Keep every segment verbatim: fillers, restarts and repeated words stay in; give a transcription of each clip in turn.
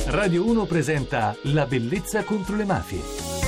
Radio uno presenta La bellezza contro le mafie.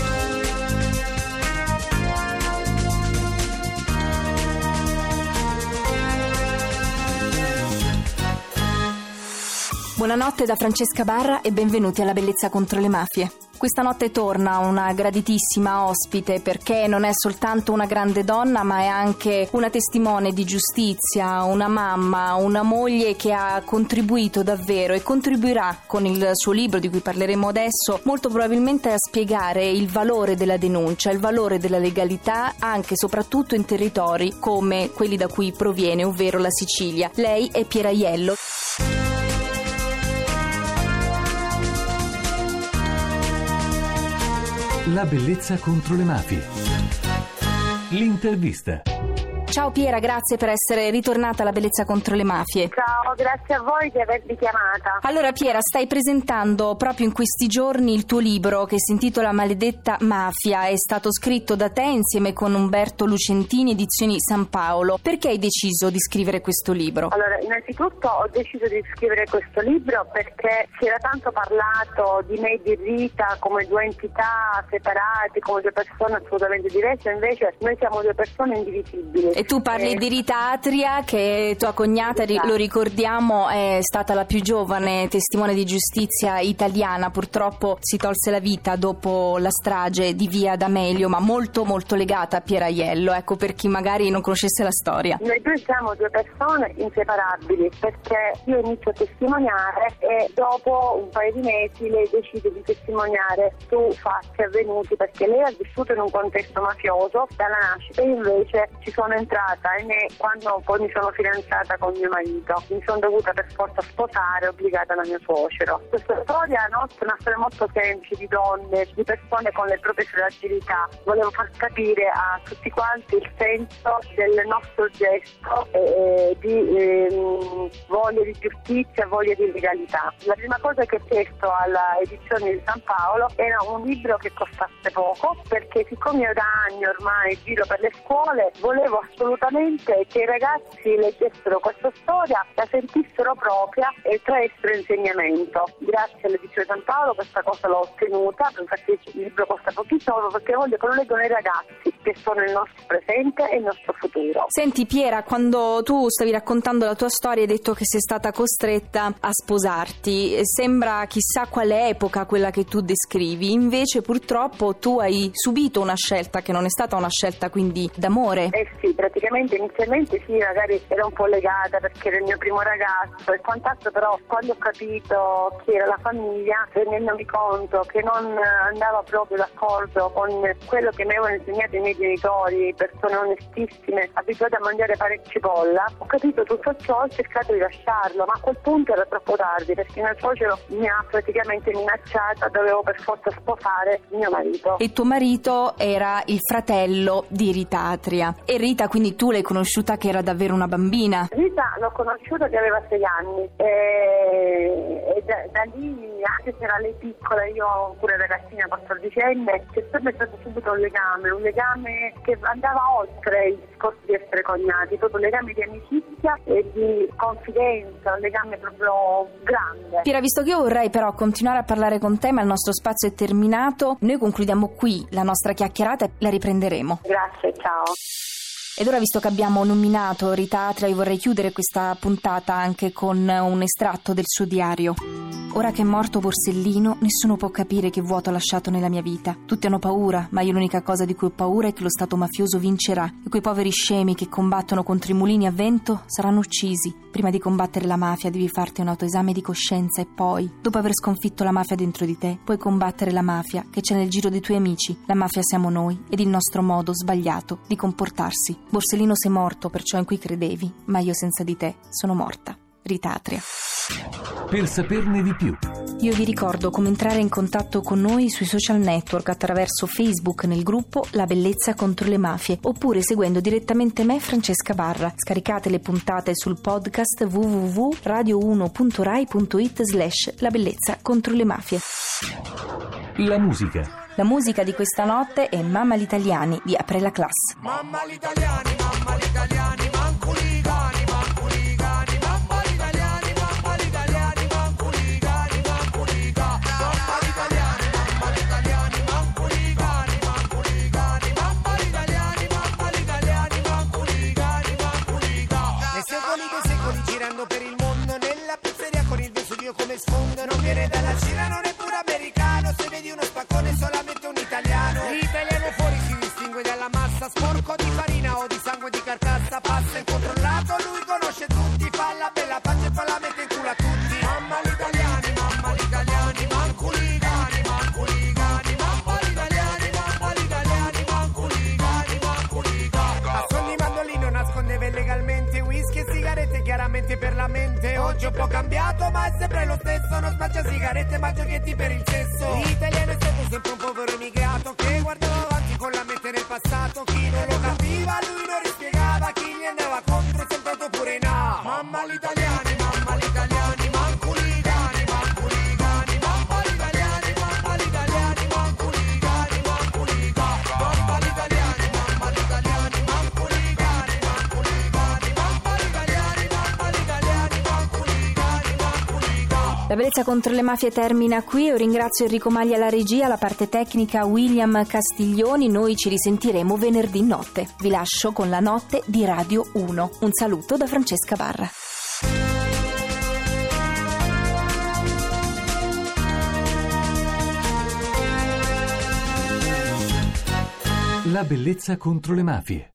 Buonanotte da Francesca Barra e benvenuti alla Bellezza contro le mafie. Questa notte torna una graditissima ospite perché non è soltanto una grande donna, ma è anche una testimone di giustizia, una mamma, una moglie che ha contribuito davvero e contribuirà con il suo libro di cui parleremo adesso molto probabilmente a spiegare il valore della denuncia, il valore della legalità anche e soprattutto in territori come quelli da cui proviene, ovvero la Sicilia. Lei è Piera Aiello. La bellezza contro le mafie. L'intervista. Ciao Piera, grazie per essere ritornata alla Bellezza contro le mafie. Ciao, grazie a voi di avermi chiamata. Allora Piera, stai presentando proprio in questi giorni il tuo libro che si intitola Maledetta Mafia. È stato scritto da te insieme con Umberto Lucentini, edizioni San Paolo. Perché hai deciso di scrivere questo libro? Allora, innanzitutto ho deciso di scrivere questo libro perché si era tanto parlato di me e di Rita come due entità separate, come due persone assolutamente diverse, invece noi siamo due persone indivisibili. E tu parli eh. di Rita Atria, che tua cognata, esatto. Lo ricordiamo, è stata la più giovane testimone di giustizia italiana. Purtroppo si tolse la vita dopo la strage di Via D'Amelio, ma molto molto legata a Piera Aiello, ecco, per chi magari non conoscesse la storia. Noi due siamo due persone inseparabili perché io inizio a testimoniare e dopo un paio di mesi lei decide di testimoniare su fatti avvenuti, perché lei ha vissuto in un contesto mafioso dalla nascita e invece ci sono entrata e me, quando poi mi sono fidanzata con mio marito, mi sono dovuta per forza sposare, obbligata da mio suocero. Questa storia nostra è una storia molto semplice di donne, di persone con le proprie fragilità. Volevo far capire a tutti quanti il senso del nostro gesto eh, di eh, voglia di giustizia, voglia di legalità. La prima cosa che ho chiesto alla edizione di San Paolo era un libro che costasse poco, perché siccome io da anni ormai giro per le scuole, volevo assolutamente che i ragazzi leggessero questa storia, la sentissero propria e traessero insegnamento. Grazie all'edizione San Paolo questa cosa l'ho ottenuta, infatti il libro costa pochissimo perché voglio che lo leggano i ragazzi, che sono il nostro presente e il nostro futuro. Senti Piera, quando tu stavi raccontando la tua storia hai detto che sei stata costretta a sposarti. Sembra chissà quale epoca quella che tu descrivi, invece purtroppo tu hai subito una scelta che non è stata una scelta quindi d'amore. Eh sì, praticamente inizialmente sì, magari era un po' legata perché era il mio primo ragazzo e quant'altro, però quando ho capito chi era la famiglia, rendendomi conto che non andava proprio d'accordo con quello che mi avevano insegnato i miei genitori, persone onestissime, abituate a mangiare parecchia cipolla, ho capito tutto ciò e ho cercato di lasciarlo, ma a quel punto era troppo tardi perché mio suocero mi ha praticamente minacciata, dovevo per forza sposare mio marito. E tuo marito era il fratello di Rita Atria. E Rita quindi tu l'hai conosciuta che era davvero una bambina? Rita l'ho conosciuta che aveva sei anni e, e da, da lì, anche se era lei piccola, io pure ragazzina quattordicenne, c'è sempre stato subito un legame, un legame che andava oltre il discorso di essere cognati, proprio un legame di amicizia e di confidenza, un legame proprio grande. Piera, visto che io vorrei però continuare a parlare con te, ma il nostro spazio è terminato, noi concludiamo qui la nostra chiacchierata e la riprenderemo. Grazie, ciao. Ed ora, visto che abbiamo nominato Rita Atria, io vorrei chiudere questa puntata anche con un estratto del suo diario. Ora che è morto Borsellino, nessuno può capire che vuoto ha lasciato nella mia vita. Tutti hanno paura, ma io l'unica cosa di cui ho paura è che lo Stato mafioso vincerà e quei poveri scemi che combattono contro i mulini a vento saranno uccisi. Prima di combattere la mafia devi farti un autoesame di coscienza e poi, dopo aver sconfitto la mafia dentro di te, puoi combattere la mafia che c'è nel giro dei tuoi amici. La mafia siamo noi ed il nostro modo sbagliato di comportarsi. Borsellino sei morto per ciò in cui credevi, ma io senza di te sono morta. Rita Atria. Per saperne di più, io vi ricordo come entrare in contatto con noi sui social network attraverso Facebook nel gruppo La Bellezza contro le Mafie oppure seguendo direttamente me, Francesca Barra. Scaricate le puntate sul podcast w w w punto radio uno punto rai punto it slash La Bellezza contro le Mafie. La musica. La musica di questa notte è Mamma l'Italiani di Apre la Classe. Mamma l'Italiani, mamma l'Italiani, manco li cani, manco li cani, mamma l'Italiani, mamma l'Italiani, manco li cani, manco li cani. secoli dei secoli girando per il mondo, nella pizzeria con il viso Dio come sfondo. Non viene dalla Cina, non è pure americano, se vedi uno spaccone solamente un italiano. L'italiano fuori si distingue dalla massa, sporco di farina o di sangue di carcassa. Passa incontrollato, lui conosce tutti, fa la bella pace e poi la mette in culo a tutti. Mamma gli italiani, mamma gli italiani, manco li cani, manco li cani, mamma gli italiani, mamma gli italiani, manco li cani, manco li cani. A suon di mandolino nascondeva illegalmente whisky e sigarette chiaramente per la mente. Oggi è un po' cambiato ma è sempre lo stesso, non spaccia sigarette ma giochetti per il sesso. L'italiano è stato sempre un povero emigrato che guardava avanti con la mente nel passato. Chi non lo capiva lui non rispiegava, chi gli andava contro soltanto pure no. Mamma gli italiani, mamma gli italiani, manco li cani, manco li cani, mamma gli italiani, mamma gli italiani, manco li cani, manco li cani, mamma gli italiani, mamma gli italiani, manco li cani, manco li cani, mamma gli italiani, mamma gli italiani, manco li cani, manco li cani. La bellezza contro le mafie termina qui. Io ringrazio Enrico Maglia alla regia, la parte tecnica William Castiglioni. Noi ci risentiremo venerdì notte. Vi lascio con La notte di Radio uno. Un saluto da Francesca Barra. La bellezza contro le mafie.